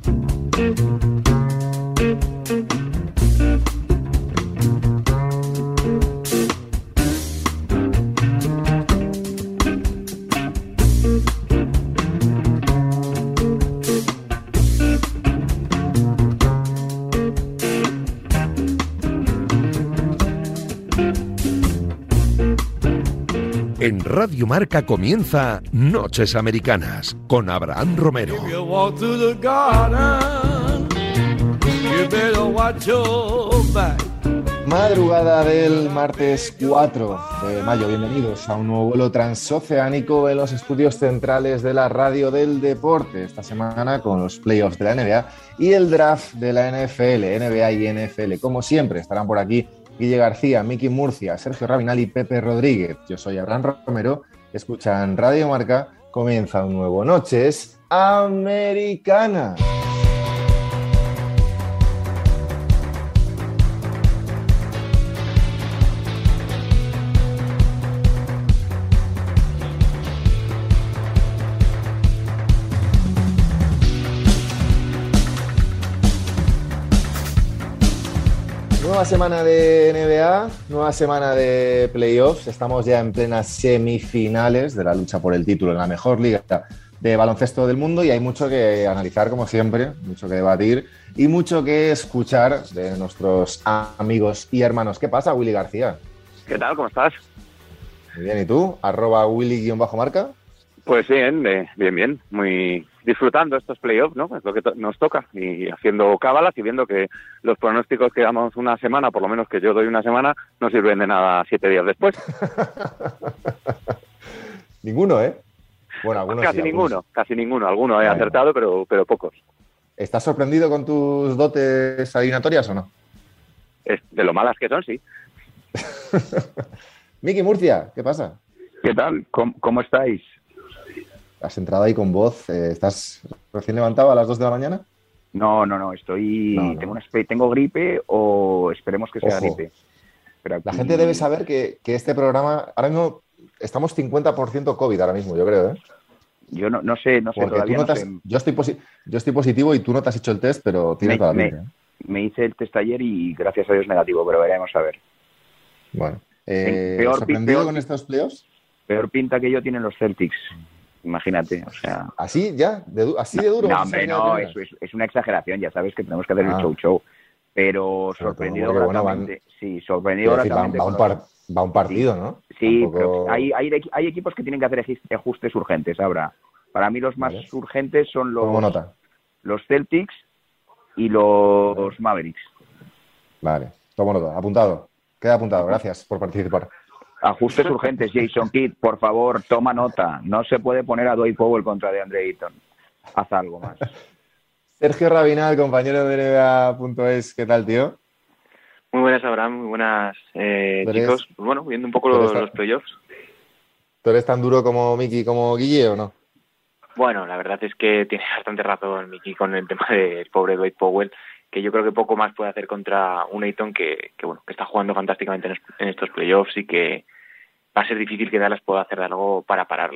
En Radio Marca comienza Noches Americanas con Abraham Romero. Madrugada del martes 4 de mayo. Bienvenidos a un nuevo vuelo transoceánico en los estudios centrales de la Radio del Deporte. Esta semana con los playoffs de la NBA y el draft de la NFL, NBA y NFL. Como siempre, estarán por aquí Guille García, Miki Murcia, Sergio Rabinal y Pepe Rodríguez. Yo soy Abraham Romero. Escuchan Radio Marca. Comienza un nuevo Noches Americanas. Nueva semana de NBA, nueva semana de playoffs. Estamos ya en plenas semifinales de la lucha por el título en la mejor liga de baloncesto del mundo y hay mucho que analizar, como siempre, mucho que debatir y mucho que escuchar de nuestros amigos y hermanos. ¿Qué pasa, Willy García? ¿Qué tal? ¿Cómo estás? Muy bien, ¿y tú? @Willy_marca. Pues bien, bien. Muy disfrutando estos playoffs, ¿no? Es lo que nos toca. Y haciendo cábalas y viendo que los pronósticos que damos una semana, por lo menos que yo doy una semana, no sirven de nada 7 días después. Ninguno, ¿eh? Bueno, algunos casi sí, ninguno. Algunos he acertado, pero pocos. ¿Estás sorprendido con tus dotes adivinatorias o no? De lo malas que son, sí. Miki Murcia, ¿qué pasa? ¿Qué tal? ¿Cómo estáis? Has entrado ahí con voz. ¿Estás recién levantado a las 2 de la mañana? No, estoy... No. Tengo gripe o esperemos que sea gripe. Pero aquí... La gente debe saber que este programa... Ahora mismo estamos 50% COVID ahora mismo, yo creo, ¿eh? Yo no sé todavía. No sé. Yo estoy positivo y tú no te has hecho el test, pero tienes toda la pinta. Me hice el test ayer y gracias a Dios negativo, pero veremos a ver. Bueno. ¿Sorprendido con estos playoffs? Peor pinta que yo tienen los Celtics. Imagínate, o sea... ¿Así ya? ¿Así de duro? No, hombre, no, es una exageración, ya sabes que tenemos que hacer el show. Pero sorprendido gratamente. Sí, sorprendido gratamente. Va un partido, ¿no? Sí, tampoco... pero hay equipos que tienen que hacer ajustes urgentes ahora. Para mí los más urgentes son los Celtics y los Mavericks. Vale, tomo nota, apuntado. Queda apuntado, gracias por participar. Ajustes urgentes, Jason Kidd, por favor, toma nota. No se puede poner a Dwight Powell contra DeAndre Ayton. Haz algo más. Sergio Rabinal, compañero de NBA.es, ¿qué tal, tío? Muy buenas, Abraham, muy buenas, chicos. Bueno, viendo un poco los playoffs. ¿Tú eres tan duro como Miki, como Guille o no? Bueno, la verdad es que tiene bastante razón Miki con el tema del pobre Dwight Powell, que yo creo que poco más puede hacer contra un Ayton que está jugando fantásticamente en estos playoffs y que va a ser difícil que Dallas pueda hacer algo para pararle.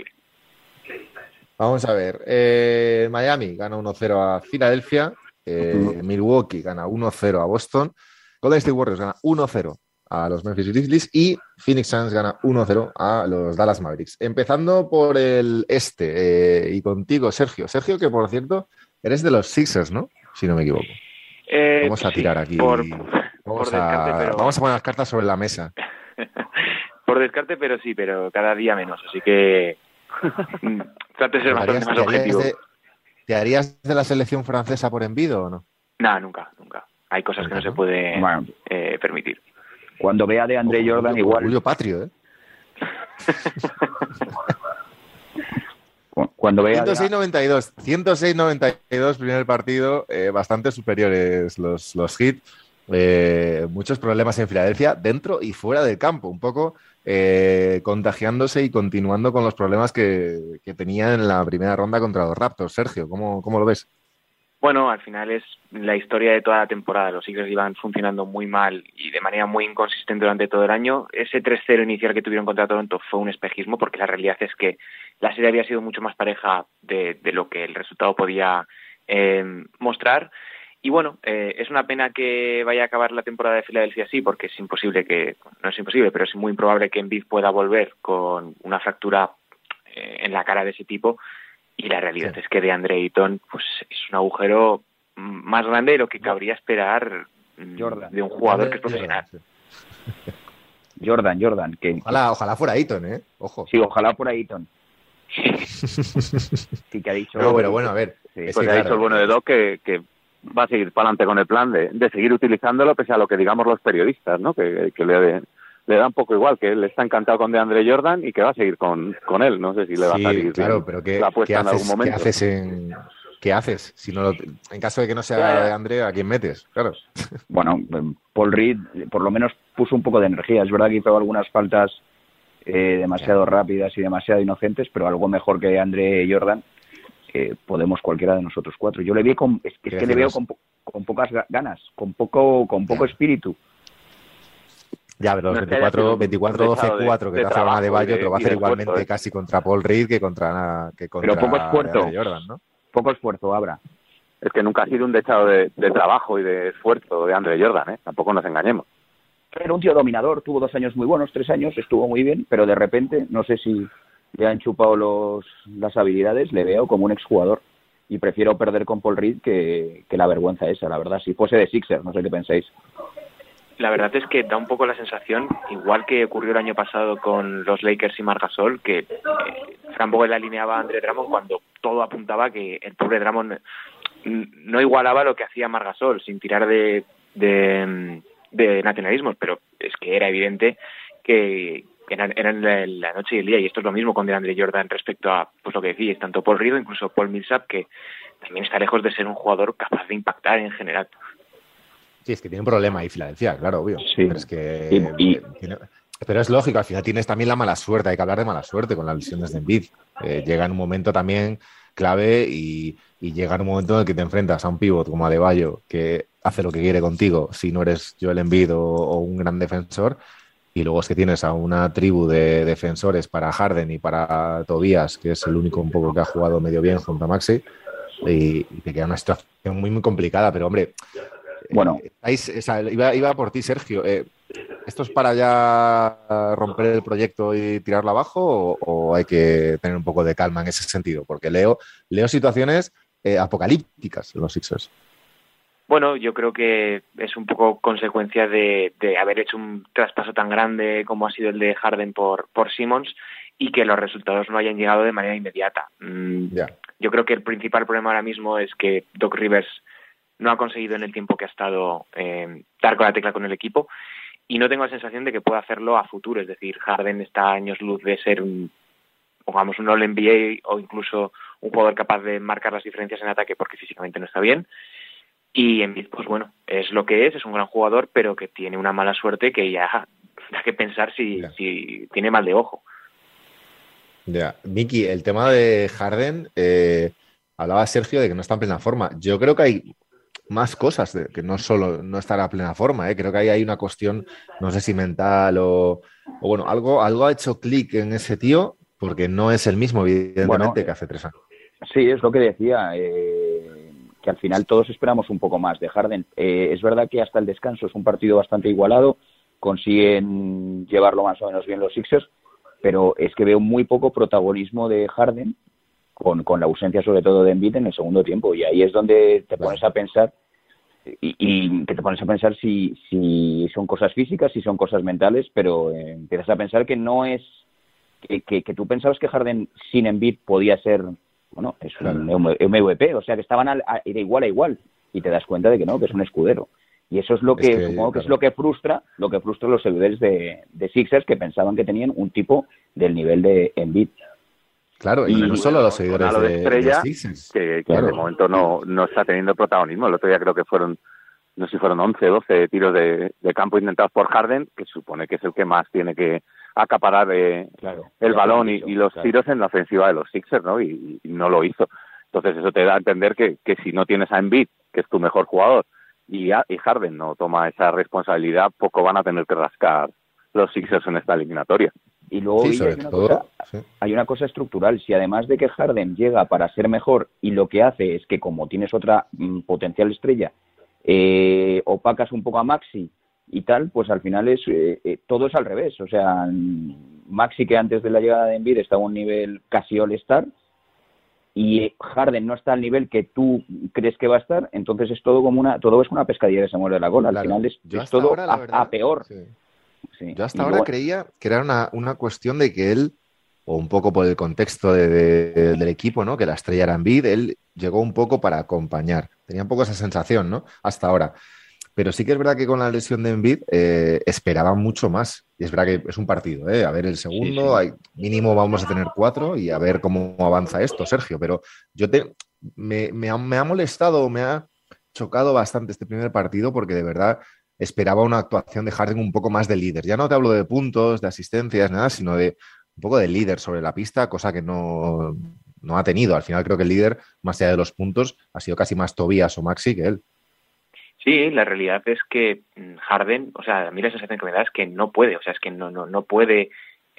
Vamos a ver. Miami gana 1-0 a Filadelfia. Milwaukee gana 1-0 a Boston. Golden State Warriors gana 1-0 a los Memphis Grizzlies y Phoenix Suns gana 1-0 a los Dallas Mavericks. Empezando por el este y contigo, Sergio. Sergio, que por cierto, eres de los Sixers, ¿no? Si no me equivoco. Vamos a tirar aquí. Vamos a poner las cartas sobre la mesa. Por descarte, pero cada día menos. Así que trate de ser bastante más objetivo. ¿Te harías de la selección francesa por envido o no? No, nunca. Hay cosas que no se pueden permitir. Cuando vea de Andre Jordan igual... Orgullo patrio, ¿eh? Cuando vea 106-92 primer partido, bastante superiores los Heat. Muchos problemas en Filadelfia, dentro y fuera del campo, un poco contagiándose y continuando con los problemas que tenían en la primera ronda contra los Raptors. Sergio, ¿cómo lo ves? Bueno, al final es la historia de toda la temporada. Los Sixers iban funcionando muy mal y de manera muy inconsistente durante todo el año. Ese 3-0 inicial que tuvieron contra Toronto fue un espejismo, porque la realidad es que la serie había sido mucho más pareja de lo que el resultado podía mostrar. Y bueno, es una pena que vaya a acabar la temporada de Filadelfia así, porque es imposible no es imposible, pero es muy improbable que Embiid pueda volver con una fractura en la cara de ese tipo. Y la realidad es que DeAndre Ayton pues es un agujero más grande de lo que cabría esperar de un jugador que es profesional. Jordan, que ojalá fuera Ayton, ojo. Sí, ojalá fuera Ayton. Sí, que ha dicho. No, pero bueno, a ver. Pues ha dicho el bueno de Doc que va a seguir para adelante con el plan de seguir utilizándolo pese a lo que digamos los periodistas, ¿no? Que le da un poco igual, que él está encantado con DeAndre Jordan y que va a seguir con él. No sé si le va a salir claro, pero la apuesta en algún momento. ¿Qué haces? Si no en caso de que no sea DeAndre, ¿a quién metes? Claro. Bueno, Paul Reed por lo menos puso un poco de energía. Es verdad que hizo algunas faltas demasiado rápidas y demasiado inocentes, pero algo mejor que DeAndre Jordan podemos cualquiera de nosotros cuatro. Yo le vi le veo con pocas ganas, con poco espíritu. Ya, pero los 24-12-4 que te hace Bam Adebayo te lo va a hacer igualmente casi contra Paul Reed que contra pero poco esfuerzo. Jordan, ¿no? Poco esfuerzo, Abra. Es que nunca ha sido un dechado de trabajo y de esfuerzo de DeAndre Jordan, tampoco nos engañemos. Era un tío dominador, tuvo 2 años muy buenos, 3 años, estuvo muy bien, pero de repente, no sé si le han chupado las habilidades, le veo como un exjugador. Y prefiero perder con Paul Reed que la vergüenza esa, la verdad. Si fuese de Sixers, no sé qué pensáis. La verdad es que da un poco la sensación, igual que ocurrió el año pasado con los Lakers y Marc Gasol, que Frank Vogel alineaba a Andre Drummond cuando todo apuntaba que el pobre Drummond no igualaba lo que hacía Marc Gasol, sin tirar de nacionalismos, pero es que era evidente que eran la noche y el día, y esto es lo mismo con DeAndre Jordan respecto a pues lo que decís, tanto Paul Reed, incluso Paul Millsap, que también está lejos de ser un jugador capaz de impactar en general. Sí, es que tiene un problema ahí Filadelfia, claro, obvio. Sí. Pero es que pero es lógico, al final tienes también la mala suerte, hay que hablar de mala suerte con las lesiones de Embiid. Llega en un momento también clave y llega en un momento en el que te enfrentas a un pívot como Adebayo que hace lo que quiere contigo si no eres Joel Embiid o un gran defensor, y luego es que tienes a una tribu de defensores para Harden y para Tobias, que es el único un poco que ha jugado medio bien junto a Maxey, y te queda una situación muy, muy complicada, pero hombre... Bueno, iba por ti, Sergio. ¿Esto es para ya romper el proyecto y tirarlo abajo o hay que tener un poco de calma en ese sentido? Porque leo situaciones apocalípticas en los Sixers. Bueno, yo creo que es un poco consecuencia de haber hecho un traspaso tan grande como ha sido el de Harden por Simmons y que los resultados no hayan llegado de manera inmediata. Yo creo que el principal problema ahora mismo es que Doc Rivers no ha conseguido en el tiempo que ha estado dar con la tecla con el equipo, y no tengo la sensación de que pueda hacerlo a futuro. Es decir, Harden está a años luz de ser un All-NBA o incluso un jugador capaz de marcar las diferencias en ataque porque físicamente no está bien. Y Embiid, pues bueno, es lo que es un gran jugador, pero que tiene una mala suerte que ya da que pensar si tiene mal de ojo. Ya, Miki, el tema de Harden, hablaba Sergio de que no está en plena forma. Yo creo que hay más cosas, que no solo no estar a plena forma, creo que ahí hay una cuestión, no sé si mental o bueno, algo ha hecho clic en ese tío, porque no es el mismo, evidentemente, que hace 3 años. Sí, es lo que decía, que al final todos esperamos un poco más de Harden. Es verdad que hasta el descanso es un partido bastante igualado, consiguen llevarlo más o menos bien los Sixers, pero es que veo muy poco protagonismo de Harden, con la ausencia sobre todo de Embiid en el segundo tiempo, y ahí es donde te pones a pensar y que te pones a pensar si son cosas físicas, si son cosas mentales, pero empiezas a pensar que no es que tú pensabas que Harden sin Embiid podía ser, bueno, es un MVP, o sea que estaban de igual a igual, y te das cuenta de que no, que es un escudero. Y eso es lo que supongo que es lo que frustra a los seguidores de Sixers, que pensaban que tenían un tipo del nivel de Embiid. Claro, y no solo los seguidores de Estrella, de Sixers. Que de momento no está teniendo protagonismo. El otro día creo que fueron 11, 12 tiros de campo intentados por Harden, que supone que es el que más tiene que acaparar el balón y los tiros en la ofensiva de los Sixers, ¿no? Y no lo hizo. Entonces eso te da a entender que si no tienes a Embiid, que es tu mejor jugador, y Harden no toma esa responsabilidad, poco van a tener que rascar los Sixers en esta eliminatoria. Y luego Sí, sobre todo, sí. hay una cosa estructural. Si además de que Harden llega para ser mejor y lo que hace es que como tienes otra potencial estrella, opacas un poco a Maxi y tal, pues al final todo es al revés. O sea, Maxi, que antes de la llegada de Embiid estaba a un nivel casi all-star, y Harden no está al nivel que tú crees que va a estar, entonces es todo todo es una pescadilla que se muerde la cola. Al final es todo ahora, a peor. Sí. Sí. Yo hasta ahora creía que era una cuestión de que él, o un poco por el contexto del equipo, ¿no? Que la estrella era Embiid, él llegó un poco para acompañar. Tenía un poco esa sensación, ¿no? Hasta ahora. Pero sí que es verdad que con la lesión de Embiid esperaba mucho más. Y es verdad que es un partido, ¿eh? A ver el segundo, sí. Mínimo vamos a tener 4 y a ver cómo avanza esto, Sergio. Pero me ha molestado, me ha chocado bastante este primer partido porque de verdad esperaba una actuación de Harden un poco más de líder. Ya no te hablo de puntos, de asistencias, nada, sino de un poco de líder sobre la pista, cosa que no ha tenido. Al final creo que el líder, más allá de los puntos, ha sido casi más Tobias o Maxi que él. Sí, la realidad es que Harden, o sea, a mí la sensación que me da es que no puede, o sea, es que no puede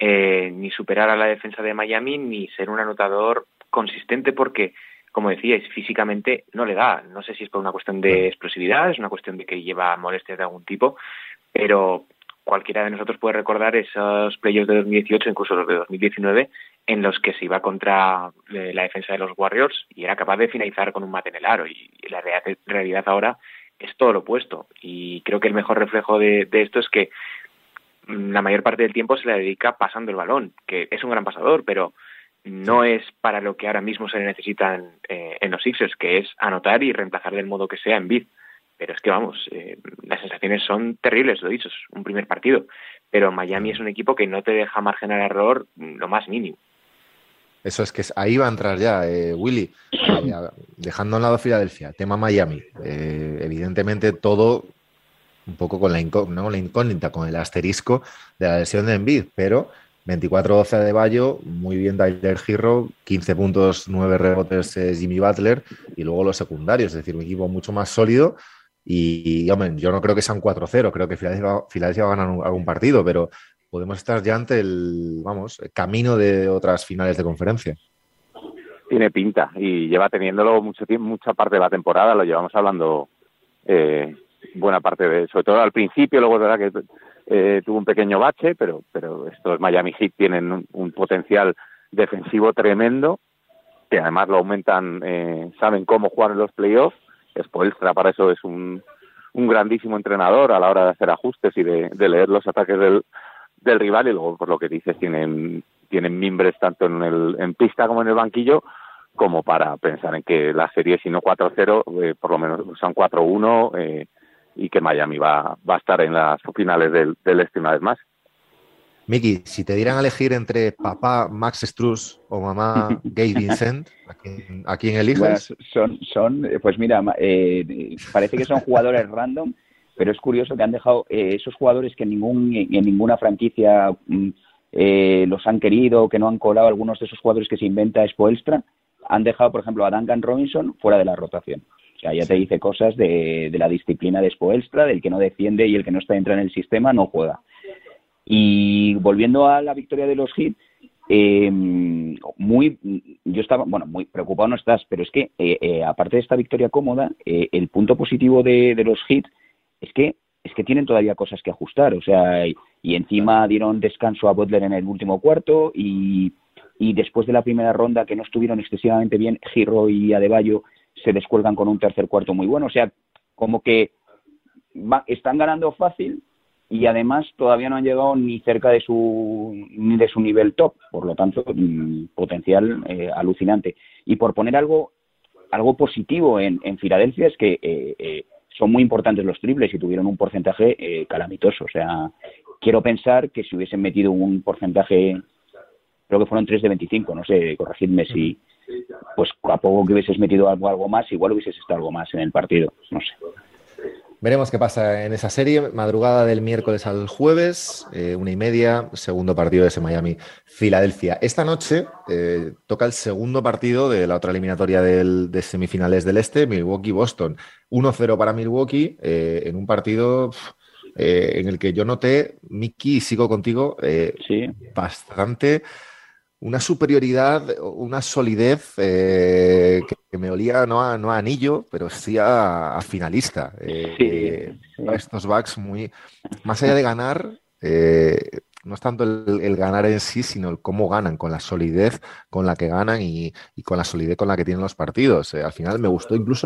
ni superar a la defensa de Miami ni ser un anotador consistente porque, como decíais, físicamente no le da. No sé si es por una cuestión de explosividad, es una cuestión de que lleva molestias de algún tipo, pero cualquiera de nosotros puede recordar esos playoffs de 2018, incluso los de 2019, en los que se iba contra la defensa de los Warriors y era capaz de finalizar con un mate en el aro. Y la realidad ahora es todo lo opuesto. Y creo que el mejor reflejo de esto es que la mayor parte del tiempo se le dedica pasando el balón, que es un gran pasador, pero no es para lo que ahora mismo se le necesitan en los Sixers, que es anotar y reemplazar del modo que sea en Embiid. Pero es que vamos, las sensaciones son terribles, lo he dicho, es un primer partido, pero Miami es un equipo que no te deja margen al error lo más mínimo. Eso es que ahí va a entrar ya, Willy, dejando a un lado Filadelfia, tema Miami. Evidentemente todo un poco con la incógnita, con el asterisco de la lesión de Embiid, pero 24-12 de Adebayo, muy bien Tyler Herro, 15 puntos, 9 rebotes Jimmy Butler, y luego los secundarios, es decir, un equipo mucho más sólido. Y hombre, yo no creo que sea un 4-0, creo que Filadelfia va a ganar algún partido, pero podemos estar ya ante el camino de otras finales de conferencia. Tiene pinta y lleva teniéndolo mucho tiempo, mucha parte de la temporada, lo llevamos hablando buena parte sobre todo al principio, luego es verdad que tuvo un pequeño bache, pero estos Miami Heat tienen un potencial defensivo tremendo, que además lo aumentan, saben cómo jugar en los playoffs. Spoelstra para eso es un grandísimo entrenador a la hora de hacer ajustes y de leer los ataques del rival, y luego, por lo que dices, tienen mimbres tanto en pista como en el banquillo, como para pensar en que la serie, si no 4-0, por lo menos son 4-1, y que Miami va a estar en las finales del este una vez más. Miki, si te dieran a elegir entre papá Max Strus o mamá Gabe Vincent, ¿a quién eliges? Bueno, pues mira, parece que son jugadores random, pero es curioso que han dejado esos jugadores que en ninguna franquicia los han querido, que no han colado, algunos de esos jugadores que se inventa Spoelstra, han dejado, por ejemplo, a Duncan Robinson fuera de la rotación. O sea, ya te dice cosas de la disciplina de Spoelstra, del que no defiende y el que no está dentro en el sistema no juega. Y volviendo a la victoria de los Heat, yo estaba, muy preocupado no estás, pero es que aparte de esta victoria cómoda, el punto positivo de los Heat es que tienen todavía cosas que ajustar, o sea, y encima dieron descanso a Butler en el último cuarto y después de la primera ronda, que no estuvieron excesivamente bien, Herro y Adebayo se descuelgan con un tercer cuarto muy bueno, o sea, como que están ganando fácil y además todavía no han llegado ni cerca de su nivel top, por lo tanto, potencial alucinante. Y por poner algo positivo en Filadelfia es que son muy importantes los triples y tuvieron un porcentaje calamitoso. O sea, quiero pensar que si hubiesen metido un porcentaje, creo que fueron 3 de 25, no sé, corregidme si, pues a poco que hubieses metido algo más, igual hubieses estado algo más en el partido, no sé. Veremos qué pasa en esa serie. Madrugada del miércoles al jueves, 1:30, segundo partido de ese Miami-Filadelfia. Esta noche toca el segundo partido de la otra eliminatoria de semifinales del Este, Milwaukee-Boston. 1-0 para Milwaukee, en un partido en el que yo noté, Miki, y sigo contigo, Sí. bastante una superioridad, una solidez que me olía no a anillo, pero sí a finalista. Sí. Estos Bucks muy, más allá de ganar, no es tanto el ganar en sí, sino el cómo ganan, con la solidez con la que ganan y con la solidez con la que tienen los partidos. Al final me gustó incluso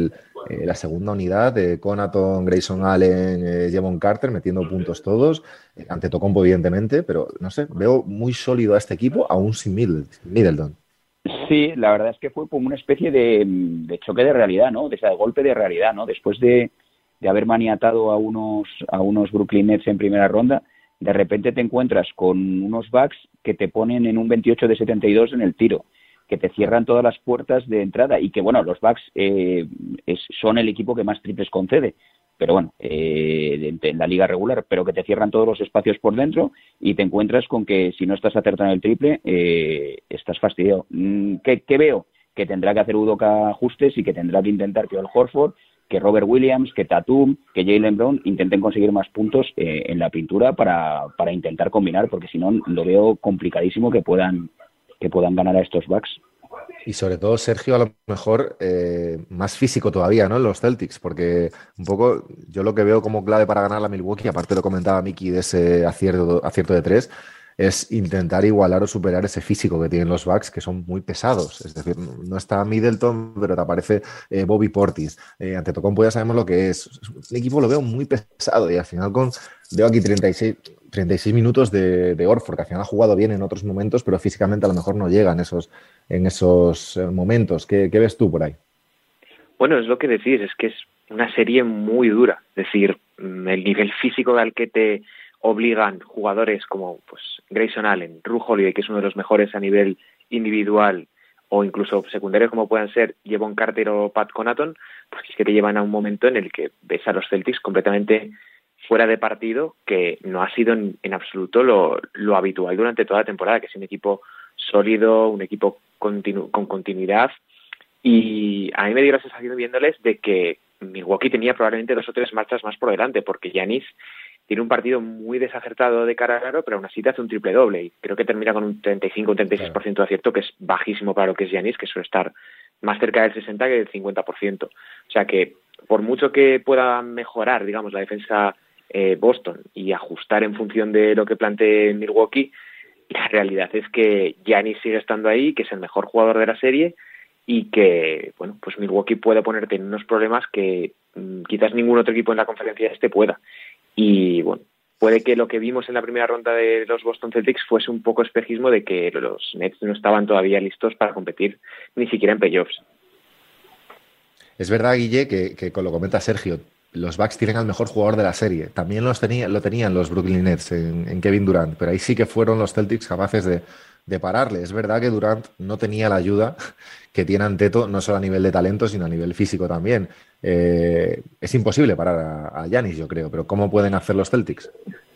la segunda unidad de Connaughton, Grayson Allen, Jevon Carter metiendo puntos todos, Antetokounmpo evidentemente, pero no sé, veo muy sólido a este equipo, aún sin Middleton. Sí, la verdad es que fue como una especie de choque de realidad, ¿no? De ese golpe de realidad, ¿no? Después de haber maniatado a unos Brooklyn Nets en primera ronda, de repente te encuentras con unos Bucks que te ponen en un 28 de 72 en el tiro, que te cierran todas las puertas de entrada y que, bueno, los Bucks son el equipo que más triples concede, pero bueno, en la liga regular, pero que te cierran todos los espacios por dentro y te encuentras con que si no estás acertando en el triple, estás fastidiado. ¿Qué veo? Que tendrá que hacer Udoka ajustes y que tendrá que intentar que Al Horford, que Robert Williams, que Tatum, que Jaylen Brown intenten conseguir más puntos en la pintura para intentar combinar, porque si no lo veo complicadísimo que puedan ganar a estos Bucks. Y sobre todo, Sergio, a lo mejor más físico todavía, ¿no? En los Celtics, porque un poco yo lo que veo como clave para ganar la Milwaukee, aparte lo comentaba Miki de ese acierto de tres, es intentar igualar o superar ese físico que tienen los Bucks, que son muy pesados. Es decir, no está Middleton, pero te aparece Bobby Portis. Antetokounmpo ya sabemos lo que es. El equipo lo veo muy pesado y al final veo aquí 36 minutos de Horford, que al final ha jugado bien en otros momentos, pero físicamente a lo mejor no llega en esos momentos. ¿Qué ves tú por ahí? Bueno, es lo que decís, es que es una serie muy dura. Es decir, el nivel físico al que te obligan jugadores como pues Grayson Allen, Jrue Holiday, que es uno de los mejores a nivel individual, o incluso secundarios como puedan ser Jevon Carter o Pat Connaughton, pues es que te llevan a un momento en el que ves a los Celtics completamente fuera de partido, que no ha sido en absoluto lo habitual durante toda la temporada, que es un equipo sólido, un equipo con continuidad, y a mí me dio la sensación viéndoles de que Milwaukee tenía probablemente 2 o 3 marchas más por delante, porque Giannis tiene un partido muy desacertado de cara a aro, pero aún así te hace un triple doble y creo que termina con un 35 o 36% de acierto, que es bajísimo para lo que es Giannis, que suele estar más cerca del 60 que del 50%. O sea que por mucho que pueda mejorar, digamos, la defensa Boston y ajustar en función de lo que plantee Milwaukee, la realidad es que Giannis sigue estando ahí, que es el mejor jugador de la serie y que, bueno, pues Milwaukee puede ponerte en unos problemas que quizás ningún otro equipo en la conferencia este pueda. Y bueno, puede que lo que vimos en la primera ronda de los Boston Celtics fuese un poco espejismo de que los Nets no estaban todavía listos para competir ni siquiera en playoffs. Es verdad, Guille, que lo comenta Sergio, los Bucks tienen al mejor jugador de la serie. También lo tenían los Brooklyn Nets en Kevin Durant, pero ahí sí que fueron los Celtics capaces de pararle. Es verdad que Durant no tenía la ayuda que tiene Antetokounmpo, no solo a nivel de talento, sino a nivel físico también. Es imposible parar a Giannis, yo creo, pero ¿cómo pueden hacer los Celtics?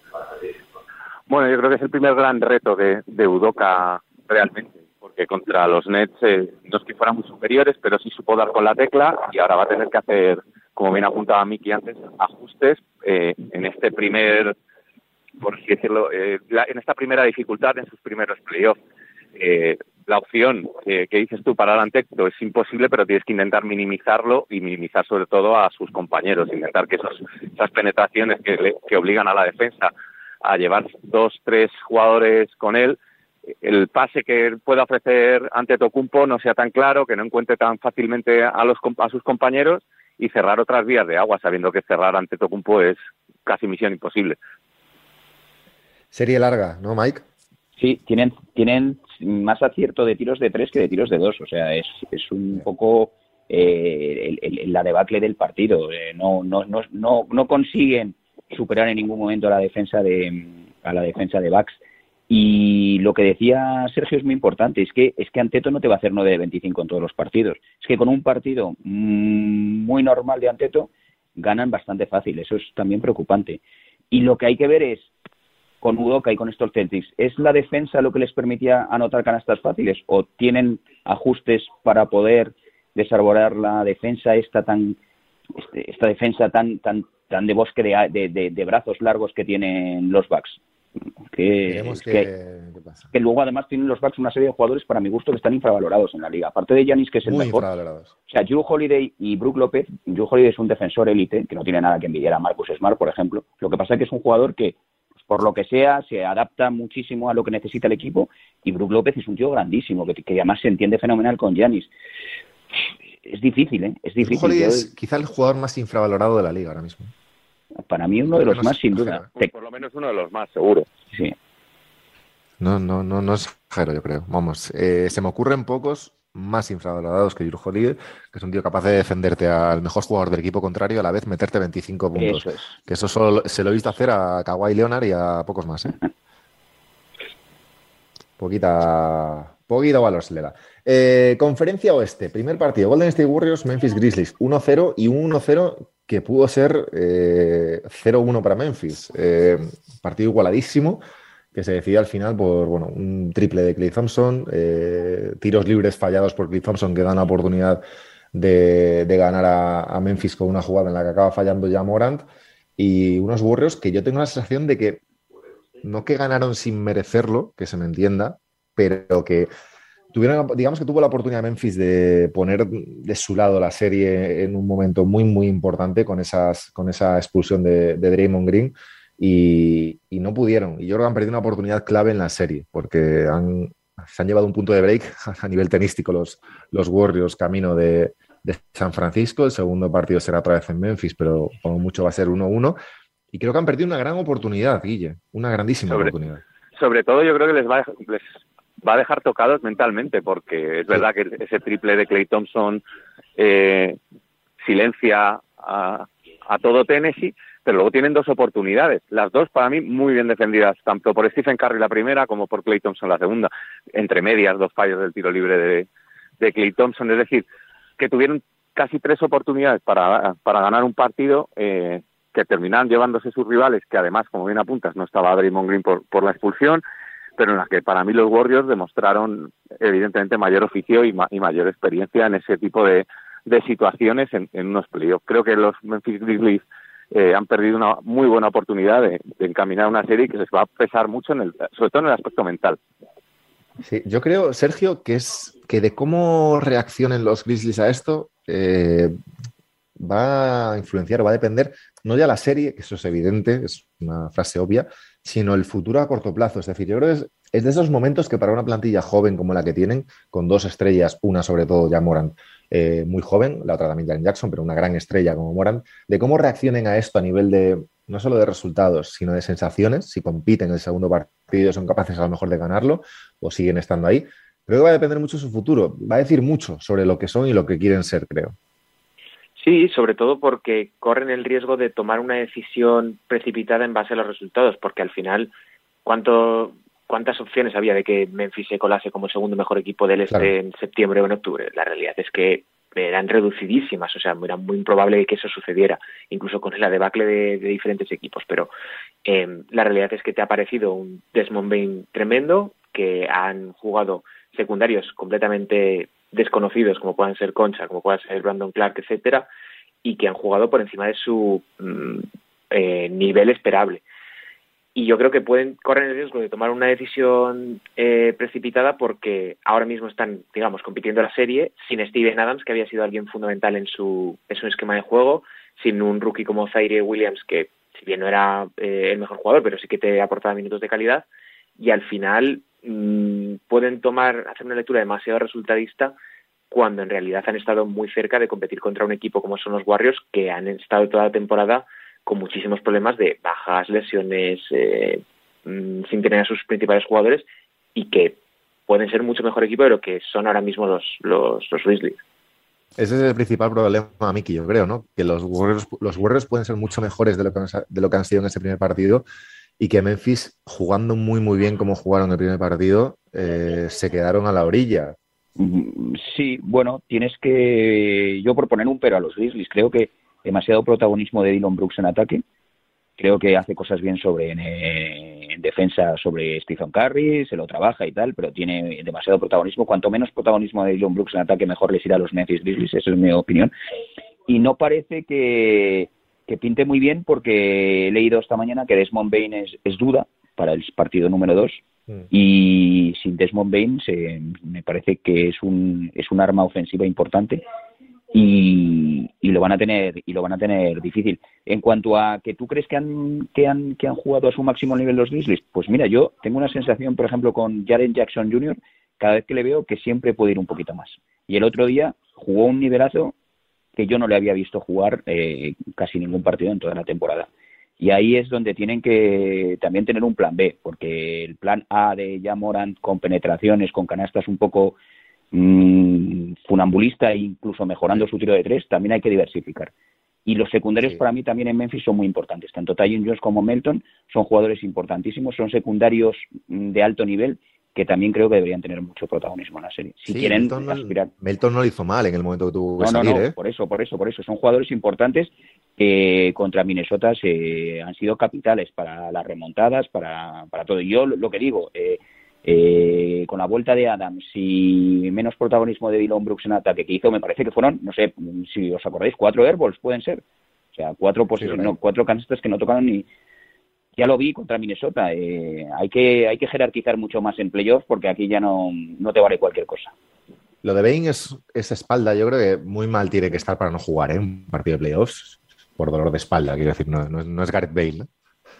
Bueno, yo creo que es el primer gran reto de Udoka realmente, porque contra los Nets no es que fueran muy superiores, pero sí supo dar con la tecla y ahora va a tener que hacer, como bien apuntaba Miki antes, ajustes en este primer, por así decirlo, en esta primera dificultad en sus primeros playoffs. La opción que dices tú para Antetokounmpo es imposible, pero tienes que intentar minimizarlo y minimizar sobre todo a sus compañeros, intentar que esas penetraciones que obligan a la defensa a llevar 2, 3 jugadores con él, el pase que pueda ofrecer Antetokounmpo no sea tan claro, que no encuentre tan fácilmente a sus compañeros y cerrar otras vías de agua, sabiendo que cerrar Antetokounmpo es casi misión imposible. Serie larga, ¿no, Mike? Sí, tienen más acierto de tiros de 3 que de tiros de 2, o sea, es un poco la debacle del partido. No consiguen superar en ningún momento a la defensa de Bucks. Y lo que decía Sergio es muy importante, es que Antetokounmpo no te va a hacer 9 de 25 en todos los partidos. Es que con un partido muy normal de Antetokounmpo ganan bastante fácil, eso es también preocupante. Y lo que hay que ver es, con Udoka y con estos Celtics, ¿es la defensa lo que les permitía anotar canastas fáciles o tienen ajustes para poder desarrollar la defensa esta defensa tan plan de bosque de brazos largos que tienen los Bucks. ¿Qué pasa? Que luego además tienen los Bucks una serie de jugadores para mi gusto que están infravalorados en la liga. Aparte de Giannis, que es el Muy mejor. infravalorados. O sea, Jrue Holiday y Brook López. Jrue Holiday es un defensor élite que no tiene nada que envidiar a Marcus Smart, por ejemplo. Lo que pasa es que es un jugador que, pues, por lo que sea, se adapta muchísimo a lo que necesita el equipo, y Brook López es un tío grandísimo que además se entiende fenomenal con Giannis. Es difícil, ¿eh? Es difícil. Jrue Holiday es quizá el jugador más infravalorado de la liga ahora mismo. Para mí uno de los más, sin duda. Por lo menos uno de los más, seguro. Sí. No exagero, yo creo. Vamos, se me ocurren pocos más infravalorados que Jrue Holiday, que es un tío capaz de defenderte al mejor jugador del equipo contrario y a la vez meterte 25 puntos. Eso es. Que eso solo se lo he visto hacer a Kawhi Leonard y a pocos más, ¿eh? Poquita valor se le da. Conferencia Oeste, primer partido, Golden State Warriors, Memphis Grizzlies, 1-0 y un 1-0 que pudo ser 0-1 para Memphis. Partido igualadísimo, que se decidió al final por un triple de Klay Thompson, tiros libres fallados por Klay Thompson, que dan la oportunidad de ganar a Memphis con una jugada en la que acaba fallando ya Morant, y unos Warriors que yo tengo la sensación de que no que ganaron sin merecerlo, que se me entienda, pero que digamos que tuvo la oportunidad Memphis de poner de su lado la serie en un momento muy, muy importante con esa expulsión de Draymond Green, y no pudieron. Y yo creo que han perdido una oportunidad clave en la serie, porque se han llevado un punto de break a nivel tenístico los Warriors camino de San Francisco. El segundo partido será otra vez en Memphis, pero como mucho va a ser 1-1. Y creo que han perdido una gran oportunidad, Guille, una grandísima oportunidad. Sobre todo yo creo que les va a dejar tocados mentalmente, porque es verdad que ese triple de Klay Thompson silencia a todo Tennessee, pero luego tienen dos oportunidades, las dos para mí muy bien defendidas, tanto por Stephen Curry la primera como por Klay Thompson la segunda, entre medias 2 fallos del tiro libre de Klay Thompson, es decir, que tuvieron casi 3 oportunidades para ganar un partido que terminaron llevándose sus rivales, que además, como bien apuntas, no estaba Draymond Green por la expulsión, pero en las que para mí los Warriors demostraron evidentemente mayor oficio y mayor experiencia en ese tipo de situaciones en unos playoffs. Creo que los Memphis Grizzlies han perdido una muy buena oportunidad de encaminar una serie que les va a pesar mucho, sobre todo en el aspecto mental. Sí, yo creo, Sergio, que de cómo reaccionen los Grizzlies a esto va a influenciar o va a depender no ya la serie, que eso es evidente, es una frase obvia, sino el futuro a corto plazo. Es decir, yo creo que es de esos momentos que para una plantilla joven como la que tienen, con 2 estrellas, una sobre todo ya Morant, muy joven, la otra también Jaren Jackson, pero una gran estrella como Morant, de cómo reaccionen a esto a nivel de, no solo de resultados, sino de sensaciones, si compiten en el segundo partido, son capaces a lo mejor de ganarlo o siguen estando ahí. Creo que va a depender mucho de su futuro, va a decir mucho sobre lo que son y lo que quieren ser, creo. Sí, sobre todo porque corren el riesgo de tomar una decisión precipitada en base a los resultados, porque al final, ¿cuántas opciones había de que Memphis se colase como segundo mejor equipo del Este en septiembre o en octubre? La realidad es que eran reducidísimas, o sea, era muy improbable que eso sucediera, incluso con la debacle de diferentes equipos, pero la realidad es que te ha parecido un Desmond Bane tremendo, que han jugado secundarios completamente desconocidos, como puedan ser Concha, como pueda ser Brandon Clark, etcétera, y que han jugado por encima de su nivel esperable. Y yo creo que corren el riesgo de tomar una decisión precipitada, porque ahora mismo están, digamos, compitiendo la serie sin Steven Adams, que había sido alguien fundamental en su esquema de juego, sin un rookie como Zaire Williams, que si bien no era el mejor jugador, pero sí que te aportaba minutos de calidad, y al final pueden hacer una lectura demasiado resultadista, cuando en realidad han estado muy cerca de competir contra un equipo como son los Warriors, que han estado toda la temporada con muchísimos problemas de bajas, lesiones, sin tener a sus principales jugadores, y que pueden ser mucho mejor equipo de lo que son ahora mismo los Grizzlies. Ese es el principal problema, Miki, yo creo, ¿no? Que los Warriors pueden ser mucho mejores de lo que han sido en ese primer partido, y que Memphis, jugando muy muy bien como jugaron el primer partido, se quedaron a la orilla. Sí, bueno, yo por poner un pero a los Grizzlies, creo que demasiado protagonismo de Dillon Brooks en ataque. Creo que hace cosas bien en defensa sobre Stephen Curry, se lo trabaja y tal, pero tiene demasiado protagonismo. Cuanto menos protagonismo de Dillon Brooks en ataque, mejor les irá a los Memphis Grizzlies, esa es mi opinión. Y no parece que que pinte muy bien, porque he leído esta mañana que Desmond Bain es duda para el partido número 2. Y sin Desmond Bain me parece que es un arma ofensiva importante y lo van a tener difícil. En cuanto a que tú crees que han jugado a su máximo nivel los Grizzlies, pues mira, yo tengo una sensación, por ejemplo, con Jaren Jackson Jr., cada vez que le veo, que siempre puede ir un poquito más. Y el otro día jugó un nivelazo que yo no le había visto jugar casi ningún partido en toda la temporada. Y ahí es donde tienen que también tener un plan B, porque el plan A de Ja Morant con penetraciones, con canastas un poco funambulista e incluso mejorando su tiro de 3, también hay que diversificar. Y los secundarios para mí también en Memphis son muy importantes. Tanto Tyus Jones como Melton son jugadores importantísimos, son secundarios de alto nivel que también creo que deberían tener mucho protagonismo en la serie. Si quieren aspirar. Melton no lo hizo mal en el momento que tuvo que salir, ¿eh? Por eso. Son jugadores importantes que contra Minnesota han sido capitales para las remontadas, para todo. Y yo lo que digo, con la vuelta de Adams y menos protagonismo de Dillon Brooks en ataque que hizo, me parece que fueron, no sé si os acordáis, 4 airballs pueden ser. O sea, 4 canastas que no tocaron ni... Ya lo vi contra Minnesota. Hay que jerarquizar mucho más en playoffs, porque aquí ya no te vale cualquier cosa. Lo de Bain es espalda. Yo creo que muy mal tiene que estar para no jugar un partido de playoffs por dolor de espalda. Quiero decir, no es Gareth Bale, ¿no?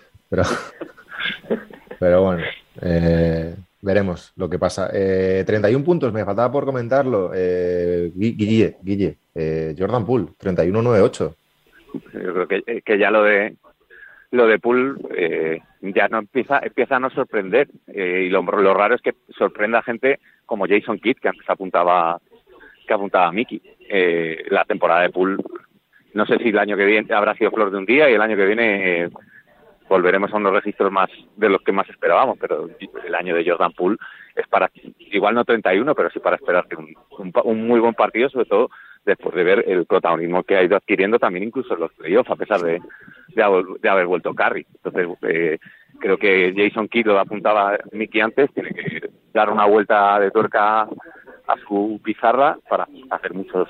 Pero bueno, veremos lo que pasa. 31 puntos, me faltaba por comentarlo. Guille, Jordan Poole, 31-9-8. Yo creo que ya lo de Poole ya no empieza a no sorprender, y lo raro es que sorprenda a gente como Jason Kidd, que apuntaba a Mickey. La temporada de Poole, no sé si el año que viene habrá sido flor de un día, y el año que viene volveremos a unos registros más de los que más esperábamos, pero el año de Jordan Poole es para, igual no 31, pero sí para esperarte un muy buen partido, sobre todo después de ver el protagonismo que ha ido adquiriendo también incluso en los playoffs, a pesar de haber vuelto Curry. Entonces, creo que Jason Kidd, lo apuntaba Mickey antes, tiene que dar una vuelta de tuerca a su pizarra para hacer muchos...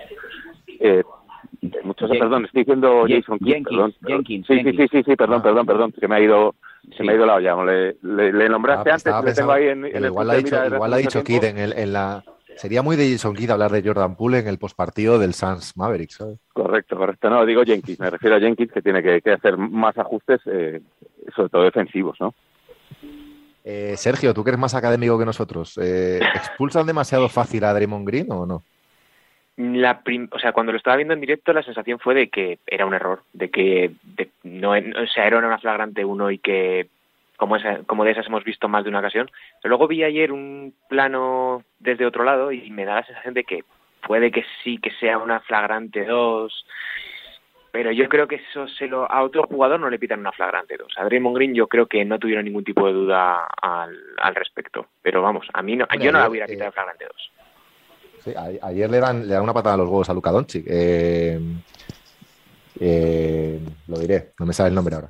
perdón, estoy diciendo Jason Kidd, Jenkins. Sí, perdón, se me ha ido la olla. Le nombraste antes, le tengo ahí en el... Igual ha dicho Kidd en la... Sería muy de Jason Kidd hablar de Jordan Poole en el postpartido del Suns Mavericks, ¿sabes? Correcto. No, digo Jenkins, me refiero a Jenkins, que tiene que hacer más ajustes, sobre todo defensivos, ¿no? Sergio, tú que eres más académico que nosotros, ¿expulsan demasiado fácil a Draymond Green o no? Cuando lo estaba viendo en directo, la sensación fue de que era un error, de que era una flagrante 1 y que como de esas hemos visto más de una ocasión. Pero luego vi ayer un plano desde otro lado y me da la sensación de que puede que sí, que sea una flagrante 2, pero yo creo que eso a otro jugador no le pitan una flagrante 2. A Draymond Green yo creo que no tuvieron ningún tipo de duda al respecto, pero vamos, a mí no, yo no la hubiera pitado flagrante 2. Sí, ayer le dan una patada a los huevos a Luka Doncic. Lo diré, no me sale el nombre ahora.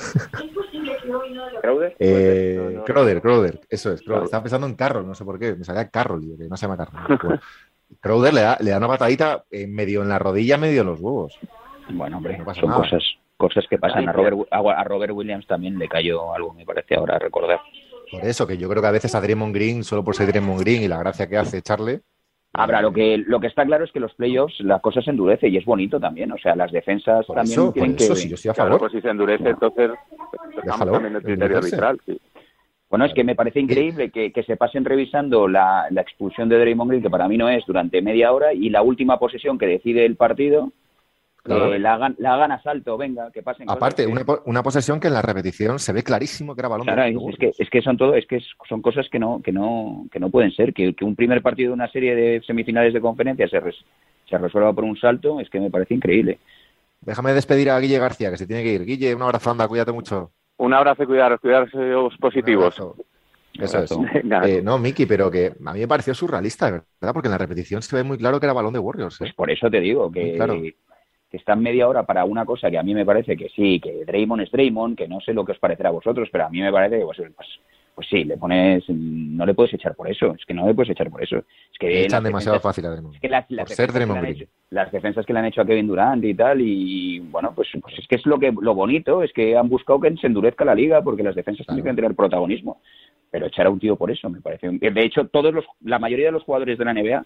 ¿Crowder? Crowder, eso es. Crowder. Estaba pensando en Carroll, no sé por qué. Me salía Carroll, que no se llama Carroll. Bueno, Crowder le da una patadita medio en la rodilla, medio en los huevos. Bueno, hombre, no pasa son nada. cosas que pasan. A Robert Williams también le cayó algo, me parece ahora recordar. Por eso, que yo creo que a veces a Draymond Green, solo por ser Draymond Green y la gracia que hace echarle... Habrá, lo que está claro es que los playoffs la cosa se endurece y es bonito también, o sea, las defensas por también eso, tienen sí, yo estoy a favor. Pues si se endurece, entonces estamos también el criterio arbitral, sí. Bueno, es que me parece increíble que se pasen revisando la expulsión de Draymond Green, que para mí no es, durante media hora, y la última posesión que decide el partido, Claro. la hagan a salto, venga, que pasen. Aparte, cosas una posesión que en la repetición se ve clarísimo que era balón. Claro, es que son cosas que no pueden ser, que un primer partido de una serie de semifinales de conferencia se resuelva por un salto, es que me parece increíble. Déjame despedir a Guille García, que se tiene que ir. Guille, un abrazo, anda, cuídate mucho. Un abrazo y cuidaros positivos. Eso es. No, Miki, pero que a mí me pareció surrealista, ¿verdad? Porque en la repetición se ve muy claro que era balón de Warriors. Pues por eso te digo que... Claro. Que están media hora para una cosa que a mí me parece que sí, que Draymond es Draymond, que no sé lo que os parecerá a vosotros, pero a mí me parece que pues pues sí, no le puedes echar por eso. Es que no le puedes echar por eso. Es que le echan demasiado fácil a Draymond. Es que las defensas que le han hecho a Kevin Durant y tal, y bueno, pues es que es lo bonito, es que han buscado que se endurezca la liga, porque las defensas tienen que tener protagonismo. Pero echar a un tío por eso me parece. De hecho, la mayoría de los jugadores de la NBA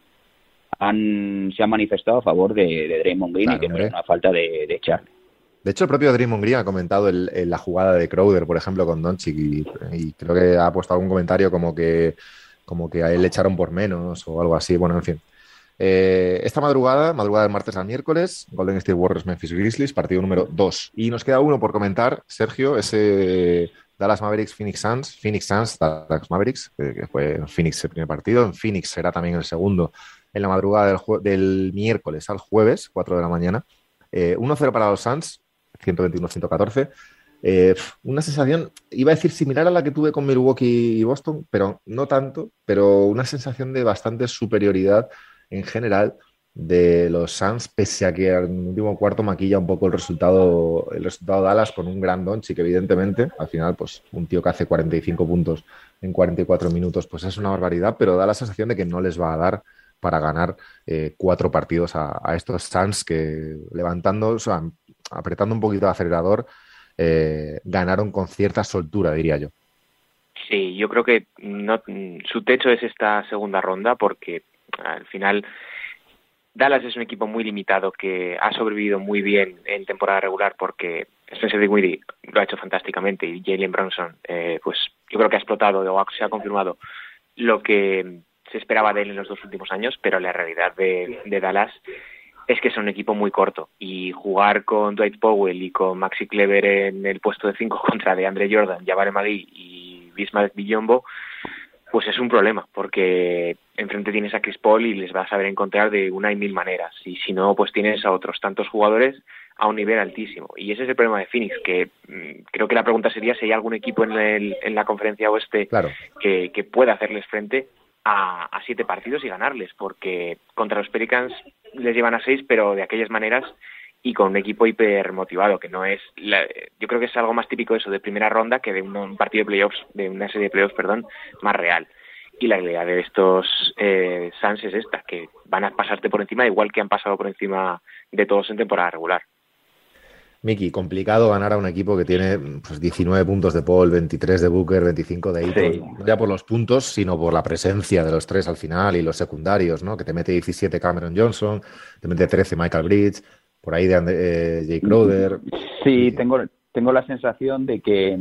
se han manifestado a favor de Draymond Green, y que no es una falta de echarle. De hecho, el propio Draymond Green ha comentado la jugada de Crowder, por ejemplo, con Doncic, y creo que ha puesto algún comentario como que a él le echaron por menos o algo así. Bueno, en fin. Esta madrugada del martes al miércoles, Golden State Warriors Memphis Grizzlies, partido número 2. Y nos queda uno por comentar, Sergio, ese Dallas Mavericks Phoenix Suns Dallas Mavericks, que fue en Phoenix el primer partido. En Phoenix será también el segundo en la madrugada del miércoles al jueves, 4 de la mañana. 1-0 para los Suns, 121-114. Una sensación, iba a decir similar a la que tuve con Milwaukee y Boston, pero no tanto, pero una sensación de bastante superioridad en general de los Suns, pese a que al último cuarto maquilla un poco el resultado Dallas con un gran Doncic, evidentemente. Al final, pues un tío que hace 45 puntos en 44 minutos, pues es una barbaridad, pero da la sensación de que no les va a dar para ganar 4 partidos a estos Suns, que apretando un poquito el acelerador, ganaron con cierta soltura, diría yo. Sí, yo creo que su techo es esta segunda ronda, porque al final Dallas es un equipo muy limitado que ha sobrevivido muy bien en temporada regular, porque Spencer Dinwiddie lo ha hecho fantásticamente, y Jalen Brunson, pues yo creo que ha explotado, o se ha confirmado lo que se esperaba de él en los 2 últimos años. Pero la realidad de Dallas es que es un equipo muy corto, y jugar con Dwight Powell y con Maxi Kleber en el puesto de 5 contra DeAndre Jordan, Jabari Magui y Bismack Biyombo, pues es un problema, porque enfrente tienes a Chris Paul y les vas a saber encontrar de una y mil maneras, y si no, pues tienes a otros tantos jugadores a un nivel altísimo. Y ese es el problema de Phoenix, que creo que la pregunta sería si hay algún equipo en la conferencia oeste, claro, que pueda hacerles frente a 7 partidos y ganarles, porque contra los Pelicans les llevan a 6, pero de aquellas maneras y con un equipo hiper motivado, que no es yo creo que es algo más típico eso de primera ronda que de un partido de playoffs, de una serie de playoffs, más real. Y la realidad de estos Suns es esta, que van a pasarte por encima, igual que han pasado por encima de todos en temporada regular. Miki, complicado ganar a un equipo que tiene 19 puntos de Paul, 23 de Booker, 25 de Ayton, sí. No ya por los puntos, sino por la presencia de los 3 al final y los secundarios, ¿no? Que te mete 17 Cameron Johnson, te mete 13 Michael Bridges, por ahí de Jay Crowder. Sí, tengo la sensación de que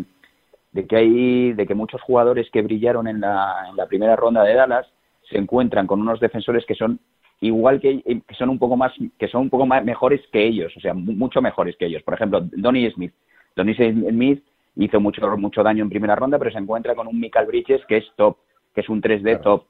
muchos jugadores que brillaron en la primera ronda de Dallas se encuentran con unos defensores que son igual que son un poco más mejores que ellos, o sea, mucho mejores que ellos. Por ejemplo, Donnie Smith hizo mucho daño en primera ronda, pero se encuentra con un Michael Bridges que es top, que es un 3D top.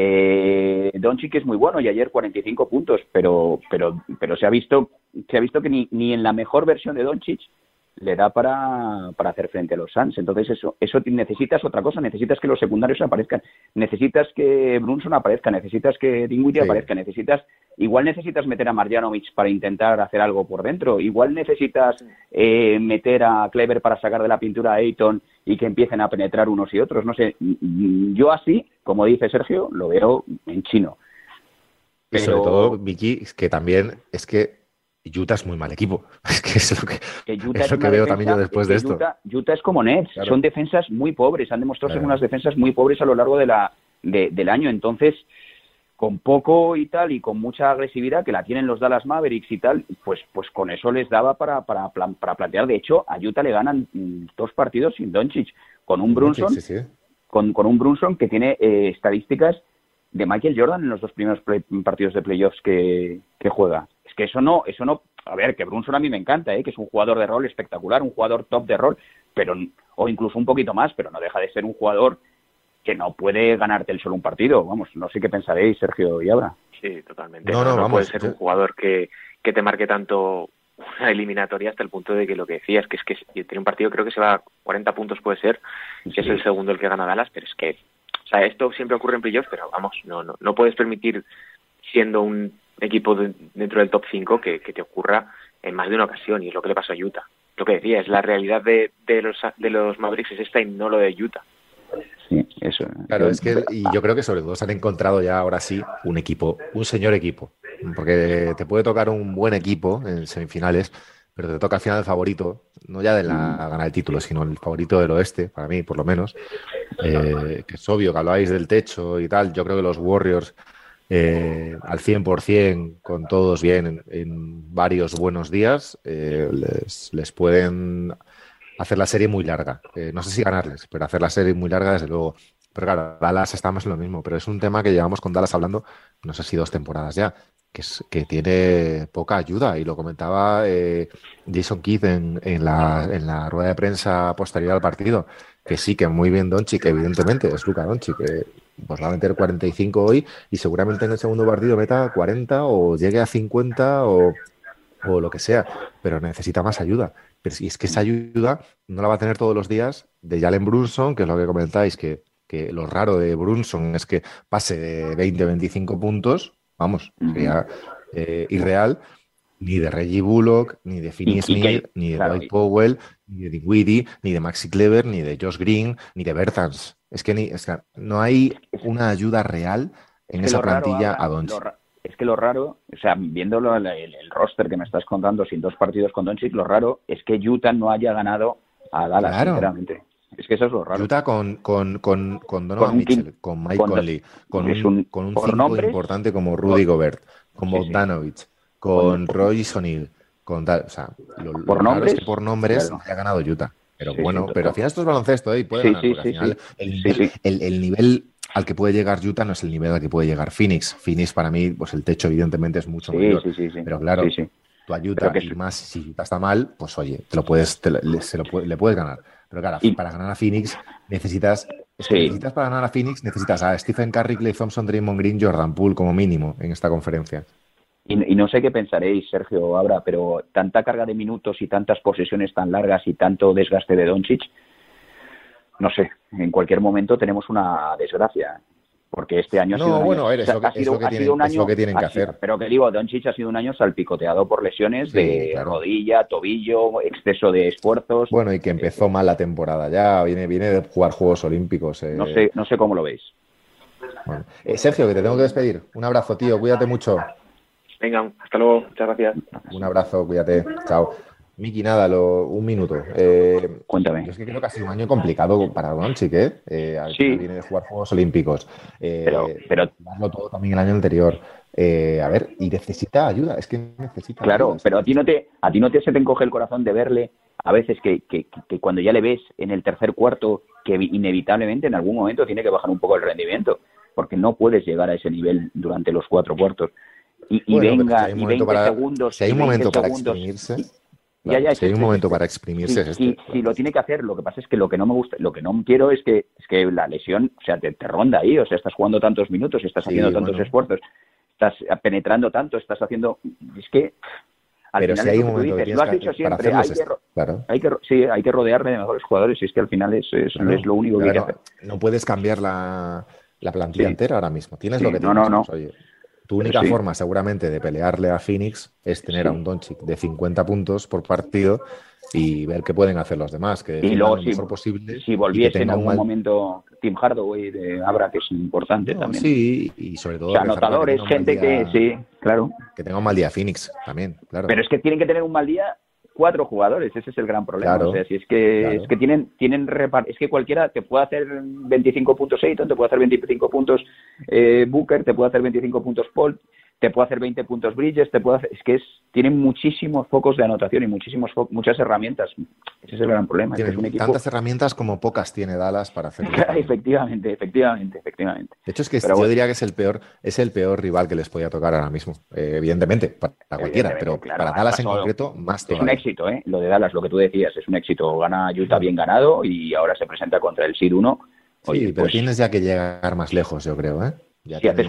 Doncic es muy bueno, y ayer 45 puntos, pero se ha visto que ni en la mejor versión de Doncic le da para hacer frente a los Suns. Entonces eso necesitas otra cosa, necesitas que los secundarios aparezcan, necesitas que Brunson aparezca, necesitas que Dinwiddie aparezca, necesitas meter a Marjanovic para intentar hacer algo por dentro, igual necesitas meter a Kleber para sacar de la pintura a Ayton y que empiecen a penetrar unos y otros, no sé, yo así, como dice Sergio, lo veo en chino. Pero... Y sobre todo, Vicky, que también es que Utah es muy mal equipo. Es que es lo que veo también yo después de esto. Utah es como Nets, claro. Son defensas muy pobres, han demostrado ser unas defensas muy pobres a lo largo del año. Entonces, con poco y tal, y con mucha agresividad que la tienen los Dallas Mavericks y tal, pues con eso les daba para plantear. De hecho, a Utah le ganan 2 partidos sin Doncic, con un Brunson, sí. Con un Brunson que tiene estadísticas de Michael Jordan en los 2 primeros partidos de playoffs que juega. Es que eso no, a ver, que Brunson a mí me encanta, que es un jugador de rol espectacular, un jugador top de rol, o incluso un poquito más, pero no deja de ser un jugador que no puede ganarte él solo un partido. Vamos, no sé qué pensaréis, Sergio y Abra. Sí, totalmente. No puede ser un jugador que te marque tanto una eliminatoria hasta el punto de que lo que decías, que es que tiene un partido, creo que se va a 40 puntos puede ser, que sí. Es el segundo el que gana Dallas, pero es que, o sea, esto siempre ocurre en playoffs, pero vamos, no puedes permitir, siendo un equipo dentro del top 5, que te ocurra en más de una ocasión, y es lo que le pasó a Utah. Lo que decía, es la realidad de los Mavericks es esta y no lo de Utah. Sí, eso. Claro, es que, y yo creo que sobre todo se han encontrado ya ahora sí un equipo, un señor equipo, porque te puede tocar un buen equipo en semifinales, pero te toca al final el favorito, no ya de la ganar el título, sino el favorito del oeste, para mí por lo menos, que es obvio que hablabais del techo y tal. Yo creo que los Warriors al 100%, con todos bien en varios buenos días, les pueden hacer la serie muy larga. No sé si ganarles, pero hacer la serie muy larga desde luego. Pero claro, Dallas está más en lo mismo, pero es un tema que llevamos con Dallas hablando, no sé si 2 temporadas ya, que tiene poca ayuda, y lo comentaba Jason Kidd en la rueda de prensa posterior al partido, que sí, que muy bien Doncic, evidentemente, es Luka Doncic, pues va a meter 45 hoy y seguramente en el segundo partido meta 40 o llegue a 50 o lo que sea, pero necesita más ayuda. Pero si es que esa ayuda no la va a tener todos los días de Jalen Brunson, que es lo que comentáis, que lo raro de Brunson es que pase de 20-25 puntos, vamos, sería irreal, ni de Reggie Bullock, ni de Finney Smith, ni de Dwight Powell, ni de Dinwiddie, ni de Maxi Kleber, ni de Josh Green, ni de Bertans. Es que no hay una ayuda real en esa plantilla a Doncic. Es que lo raro, o sea, viéndolo el roster que me estás contando sin 2 partidos con Doncic, lo raro es que Utah no haya ganado a Dallas, sinceramente. Es que eso es lo raro. Utah con Donovan Mitchell, con Mike Conley, con un 5 importante como Rudy Gobert, con Bogdanovic, con Royce O'Neal, con tal, o sea, por nombres, es que por nombres claro. ha ganado Utah. Pero bueno, pero al final esto es baloncesto, y puede ganar, porque al final el nivel al que puede llegar Utah no es el nivel al que puede llegar Phoenix. Phoenix, para mí, pues el techo evidentemente es mucho mayor. Pero claro, tú a Utah, y más si Utah está mal, pues oye, le puedes ganar. Pero claro, para ganar a Phoenix necesitas para ganar a Phoenix necesitas a Stephen Curry, Klay Thompson, Draymond Green, Jordan Poole como mínimo en esta conferencia. Y no sé qué pensaréis, Sergio o Abra, pero tanta carga de minutos y tantas posesiones tan largas y tanto desgaste de Doncic, no sé, en cualquier momento tenemos una desgracia. Porque este año ha sido que tienen que hacer. Pero que digo, Doncic ha sido un año salpicoteado por lesiones de rodilla, tobillo, exceso de esfuerzos. Bueno, y que empezó mal la temporada ya, viene de jugar Juegos Olímpicos. No sé cómo lo veis. Bueno. Sergio, que te tengo que despedir. Un abrazo, tío, cuídate mucho. Venga, hasta luego, muchas gracias. Un abrazo, cuídate, chao. Miki, nada, un minuto. Cuéntame. Yo es que creo que ha sido un año complicado para Doncic, Sí. Viene de jugar Juegos Olímpicos. Pero darlo todo también el año anterior. A ver, y necesita ayuda, es que necesita claro, ayuda. Pero a ti no se te encoge el corazón de verle a veces que cuando ya le ves en el tercer cuarto que inevitablemente en algún momento tiene que bajar un poco el rendimiento, porque no puedes llegar a ese nivel durante los 4 cuartos. Y 20 segundos. Si hay un momento para exprimirse. Si hay un momento para exprimirse, es este. Si lo tiene que hacer, lo que pasa es que lo que no me gusta, lo que no quiero es que la lesión, o sea, te ronda ahí, o sea, estás jugando tantos minutos, estás haciendo tantos esfuerzos, estás penetrando tanto, estás haciendo, es que al pero final si hay es un lo que tú momento dices, lo has dicho siempre, hay que rodearle de mejores jugadores, y es que al final es lo único que hay que hacer. No puedes cambiar la plantilla entera ahora mismo, tienes lo que tienes. No. Oye, tu única forma seguramente de pelearle a Phoenix es tener a un Doncic de 50 puntos por partido y ver qué pueden hacer los demás, que luego, lo mejor posible. Si volviese en algún momento Tim Hardaway de Abra, que es importante también. Sí, y sobre todo... O sea, anotadores, gente que... Sí, claro. Que tenga un mal día Phoenix también, claro. Pero es que tienen que tener un mal día 4 jugadores, ese es el gran problema. Claro, o sea, si es que tienen es que cualquiera te puede hacer 25 puntos Ayton, te puede hacer 25 puntos Booker, te puede hacer 25 puntos Paul, te puede hacer 20 puntos Bridges, tienen muchísimos focos de anotación y muchas herramientas. Ese es el gran problema. Tiene es un equipo... tantas herramientas como pocas tiene Dallas para hacerlo. Efectivamente. De hecho, es que yo diría que es el peor rival que les podía tocar ahora mismo. Evidentemente, para cualquiera, pero claro, para Dallas en concreto, más todavía. Es un éxito, lo de Dallas, lo que tú decías, es un éxito. Gana Utah bien ganado y ahora se presenta contra el Seed 1. Oye, sí, pero tienes ya que llegar más lejos, yo creo, Si haces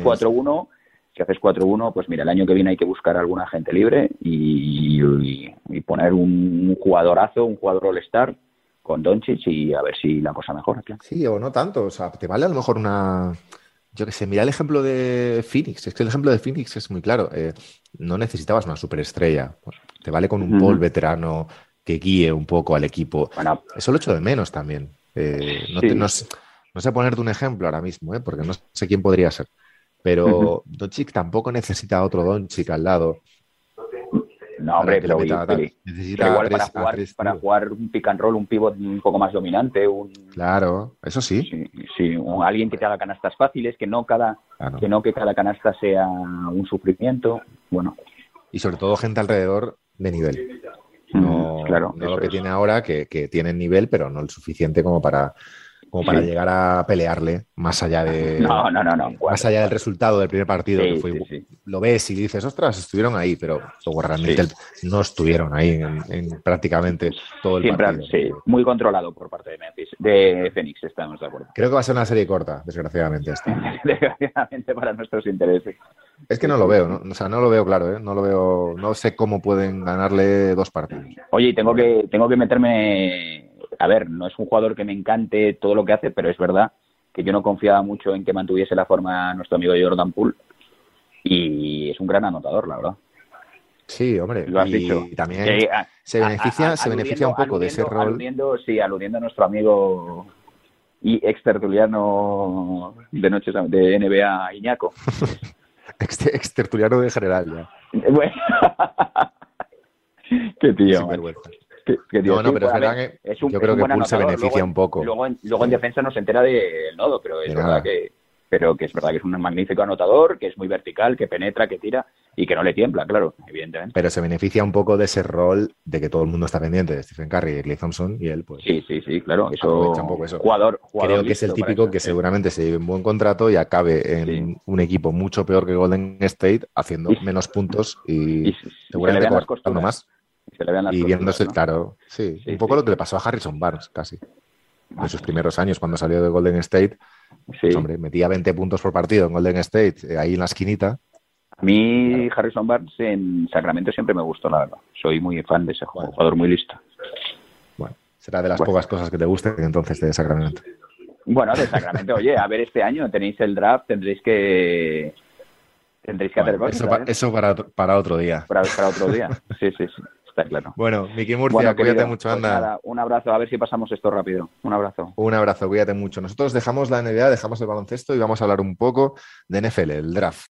4-1, pues mira, el año que viene hay que buscar alguna gente libre y poner un jugadorazo, un jugador All-Star con Doncic y a ver si la cosa mejora. Claro. Sí, o no tanto. O sea, te vale a lo mejor yo qué sé, mira el ejemplo de Phoenix. Es que el ejemplo de Phoenix es muy claro. No necesitabas una superestrella. Pues, te vale con un Paul veterano que guíe un poco al equipo. Bueno, eso lo echo de menos también. No sé ponerte un ejemplo ahora mismo, porque no sé quién podría ser. Pero Doncic tampoco necesita a otro Doncic al lado. No, hombre, pero necesita igual tres para jugar un pick and roll, un pivot un poco más dominante. Claro, eso sí. Sí, alguien que te haga canastas fáciles, que no que cada canasta sea un sufrimiento. Bueno. Y sobre todo gente alrededor de nivel. No lo que tiene ahora, que tiene nivel, pero no el suficiente como para llegar a pelearle más allá de más allá del resultado del primer partido, que fue, lo ves y dices, ostras, estuvieron ahí, pero luego realmente no estuvieron ahí en prácticamente todo el partido. Sí, muy controlado por parte de Memphis, de Phoenix, estamos de acuerdo. Creo que va a ser una serie corta, desgraciadamente. Desgraciadamente para nuestros intereses. Es que no lo veo, ¿no? O sea, no lo veo claro, no lo veo, no sé cómo pueden ganarle 2 partidos. Oye, tengo que meterme. A ver, no es un jugador que me encante todo lo que hace, pero es verdad que yo no confiaba mucho en que mantuviese la forma nuestro amigo Jordan Poole, y es un gran anotador, la verdad. Sí, hombre, lo has dicho. Y también se beneficia un poco de ese rol. Aludiendo a nuestro amigo y extertuliano de noches de NBA, Iñaco. Extertuliano de general, ya. Bueno. Qué tío. Sin vergüenza. No, pero es verdad que yo creo que Poole se beneficia un poco. Luego en defensa no se entera del nodo, pero es verdad que es un magnífico anotador, que es muy vertical, que penetra, que tira y que no le tiembla, claro, evidentemente. Pero se beneficia un poco de ese rol de que todo el mundo está pendiente de Stephen Curry y Klay Thompson, y él pues sí, claro, aprovecha un poco eso. Jugador creo que es el típico que seguramente se lleve un buen contrato y acabe en un equipo mucho peor que Golden State, haciendo menos puntos y seguramente costando más. Y viéndose, ¿no? Claro, un poco lo que le pasó a Harrison Barnes, casi. En sus primeros años, cuando salió de Golden State, pues, hombre, metía 20 puntos por partido en Golden State, ahí en la esquinita. A mí, Harrison Barnes en Sacramento siempre me gustó, la verdad. Soy muy fan de ese jugador, muy listo. Bueno, será de las pocas cosas que te gusten entonces de Sacramento. Bueno, de Sacramento, oye, a ver, este año tenéis el draft, tendréis que hacer cosas. Eso para otro día. Para otro día, sí. Está claro. Bueno, Miki Murcia, cuídate mucho, anda. Pues nada, un abrazo, a ver si pasamos esto rápido. Un abrazo. Un abrazo, cuídate mucho. Nosotros dejamos la NBA, dejamos el baloncesto y vamos a hablar un poco de NFL, el draft.